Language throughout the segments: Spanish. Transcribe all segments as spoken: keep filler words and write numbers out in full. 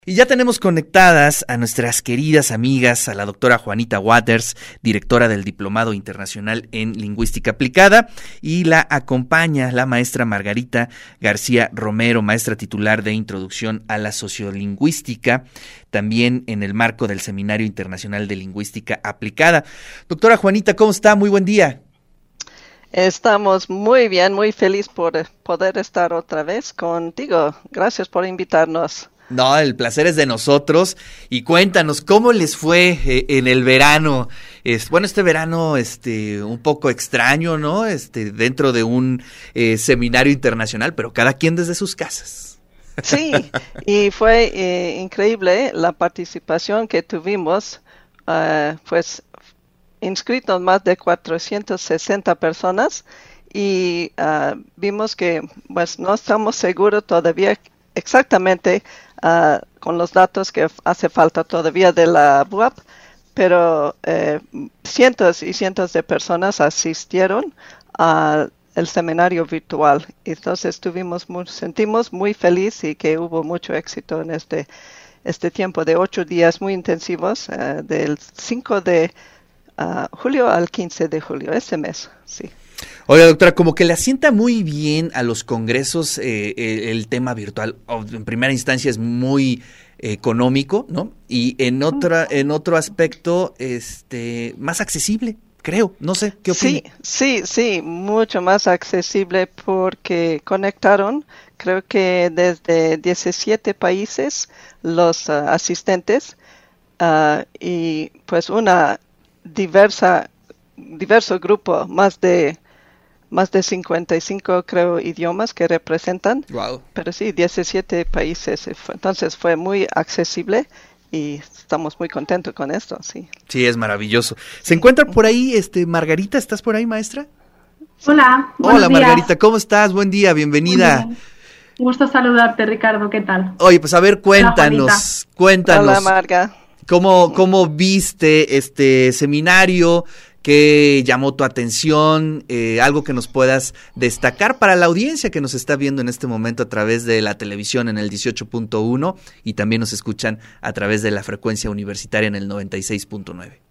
Y ya tenemos conectadas a nuestras queridas amigas, a la doctora Juanita Waters, directora del Diplomado Internacional en Lingüística Aplicada, y la acompaña la maestra Margarita García Romero, maestra titular de Introducción a la Sociolingüística, también en el marco del Seminario Internacional de Lingüística Aplicada. Doctora Juanita, ¿cómo está? Muy buen día. Estamos muy bien, muy feliz por poder estar otra vez contigo. Gracias por invitarnos. No, el placer es de nosotros. Y cuéntanos, ¿cómo les fue eh, en el verano? Es, bueno, este verano este, un poco extraño, ¿no? Este, dentro de un eh, seminario internacional, pero cada quien desde sus casas. Sí, y fue eh, increíble la participación que tuvimos. Uh, pues inscritos más de cuatrocientas sesenta personas y uh, vimos que pues no estamos seguros todavía exactamente uh, con los datos que hace falta todavía de la B U A P, pero eh, cientos y cientos de personas asistieron al seminario virtual. Entonces tuvimos muy, sentimos muy feliz y que hubo mucho éxito en este, este tiempo de ocho días muy intensivos, uh, del cinco de Uh, julio al quince de julio, ese mes, sí. Oiga, doctora, como que le asienta muy bien a los congresos eh, el, el tema virtual. Oh, en primera instancia es muy eh, económico, ¿no? Y en otra, en otro aspecto, este, más accesible, creo. No sé, ¿qué opina? Sí, sí, sí, mucho más accesible porque conectaron, creo que desde diecisiete países los uh, asistentes uh, y pues una diversa diverso grupo, más de más de cincuenta y cinco creo idiomas que representan. Wow. Pero sí, diecisiete países, entonces fue muy accesible y estamos muy contentos con esto, sí. Sí, es maravilloso. ¿Se encuentra por ahí este Margarita? ¿Estás por ahí, maestra? Hola. Hola, Margarita, ¿cómo estás? Buen día, bienvenida. Un gusto saludarte, Ricardo, ¿qué tal? Oye, pues a ver, cuéntanos, Hola, cuéntanos. Hola, Marga. ¿Cómo, cómo viste este seminario? ¿Qué llamó tu atención? Eh, algo que nos puedas destacar para la audiencia que nos está viendo en este momento a través de la televisión en el dieciocho punto uno y también nos escuchan a través de la frecuencia universitaria en el noventa y seis punto nueve.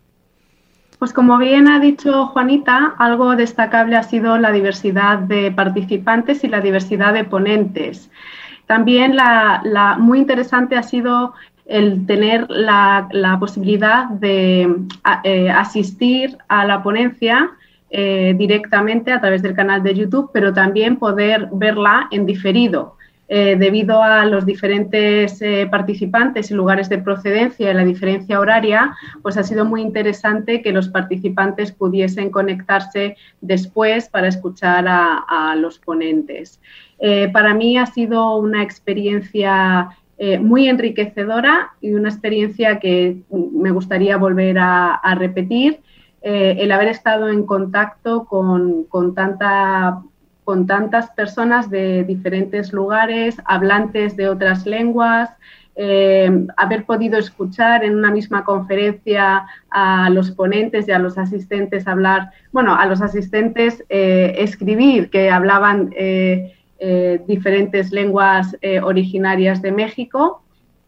Pues como bien ha dicho Juanita, algo destacable ha sido la diversidad de participantes y la diversidad de ponentes. También la, la muy interesante ha sido el tener la, la posibilidad de eh, asistir a la ponencia eh, directamente a través del canal de YouTube, pero también poder verla en diferido. Eh, debido a los diferentes eh, participantes y lugares de procedencia y la diferencia horaria, pues ha sido muy interesante que los participantes pudiesen conectarse después para escuchar a, a los ponentes. Eh, para mí ha sido una experiencia Eh, muy enriquecedora y una experiencia que me gustaría volver a, a repetir, eh, el haber estado en contacto con, con, tanta, con tantas personas de diferentes lugares, hablantes de otras lenguas, eh, haber podido escuchar en una misma conferencia a los ponentes y a los asistentes hablar, bueno, a los asistentes eh, escribir, que hablaban eh, Eh, diferentes lenguas eh, originarias de México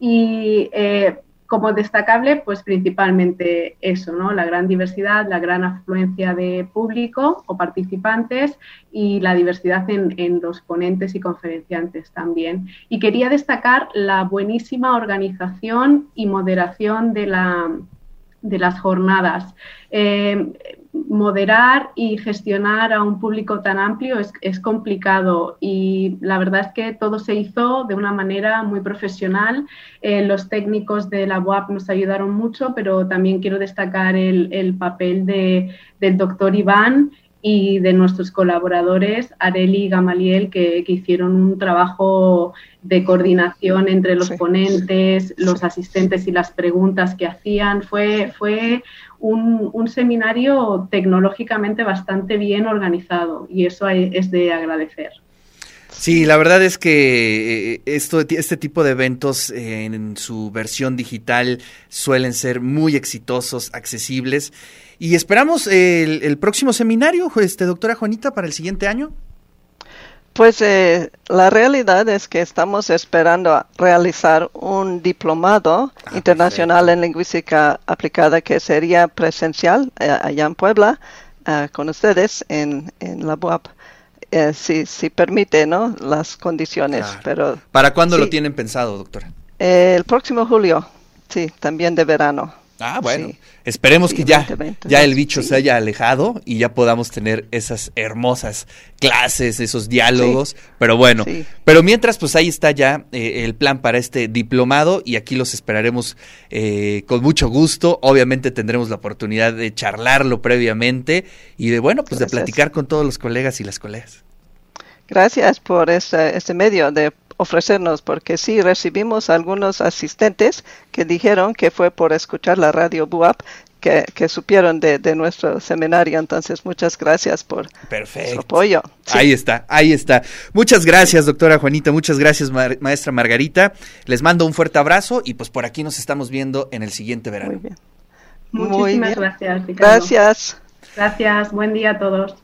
y eh, como destacable, pues principalmente eso, ¿no? La gran diversidad, la gran afluencia de público o participantes y la diversidad en, en los ponentes y conferenciantes también. Y quería destacar la buenísima organización y moderación de la de las jornadas. Eh, moderar y gestionar a un público tan amplio es, es complicado y la verdad es que todo se hizo de una manera muy profesional. Eh, los técnicos de la U A P nos ayudaron mucho, pero también quiero destacar el, el papel de, del doctor Iván y de nuestros colaboradores, Areli y Gamaliel, que, que hicieron un trabajo de coordinación entre los sí, ponentes, sí, los sí. asistentes y las preguntas que hacían. Fue, fue un, un seminario tecnológicamente bastante bien organizado y eso es de agradecer. Sí, la verdad es que esto, este tipo de eventos en su versión digital suelen ser muy exitosos, accesibles. Y esperamos el, el próximo seminario, este, doctora Juanita, para el siguiente año. Pues eh, la realidad es que estamos esperando a realizar un diplomado ah, internacional perfecto. en lingüística aplicada que sería presencial eh, allá en Puebla eh, con ustedes en, en la B U A P, eh, si, si permite, ¿no? Las condiciones. Claro. Pero ¿Para cuándo sí, lo tienen pensado, doctora? eh, el próximo julio, sí, también de verano. Ah, bueno, Sí. esperemos Sí, que ya, veinte veinte, ya el bicho sí. se haya alejado y ya podamos tener esas hermosas clases, esos diálogos, Sí. pero bueno, Sí. pero mientras pues ahí está ya eh, el plan para este diplomado y aquí los esperaremos eh, con mucho gusto, obviamente tendremos la oportunidad de charlarlo previamente y de bueno, pues Gracias. de platicar con todos los colegas y las colegas. Gracias por este, este medio de ofrecernos, porque sí recibimos algunos asistentes que dijeron que fue por escuchar la radio B U A P que, que supieron de, de nuestro seminario. Entonces, muchas gracias por Perfecto. su apoyo. Sí. Ahí está, ahí está. Muchas gracias, doctora Juanita, muchas gracias, ma- maestra Margarita. Les mando un fuerte abrazo y pues por aquí nos estamos viendo en el siguiente verano. Muy bien. Muchísimas Muy bien. gracias, Ricardo. Gracias. Gracias, buen día a todos.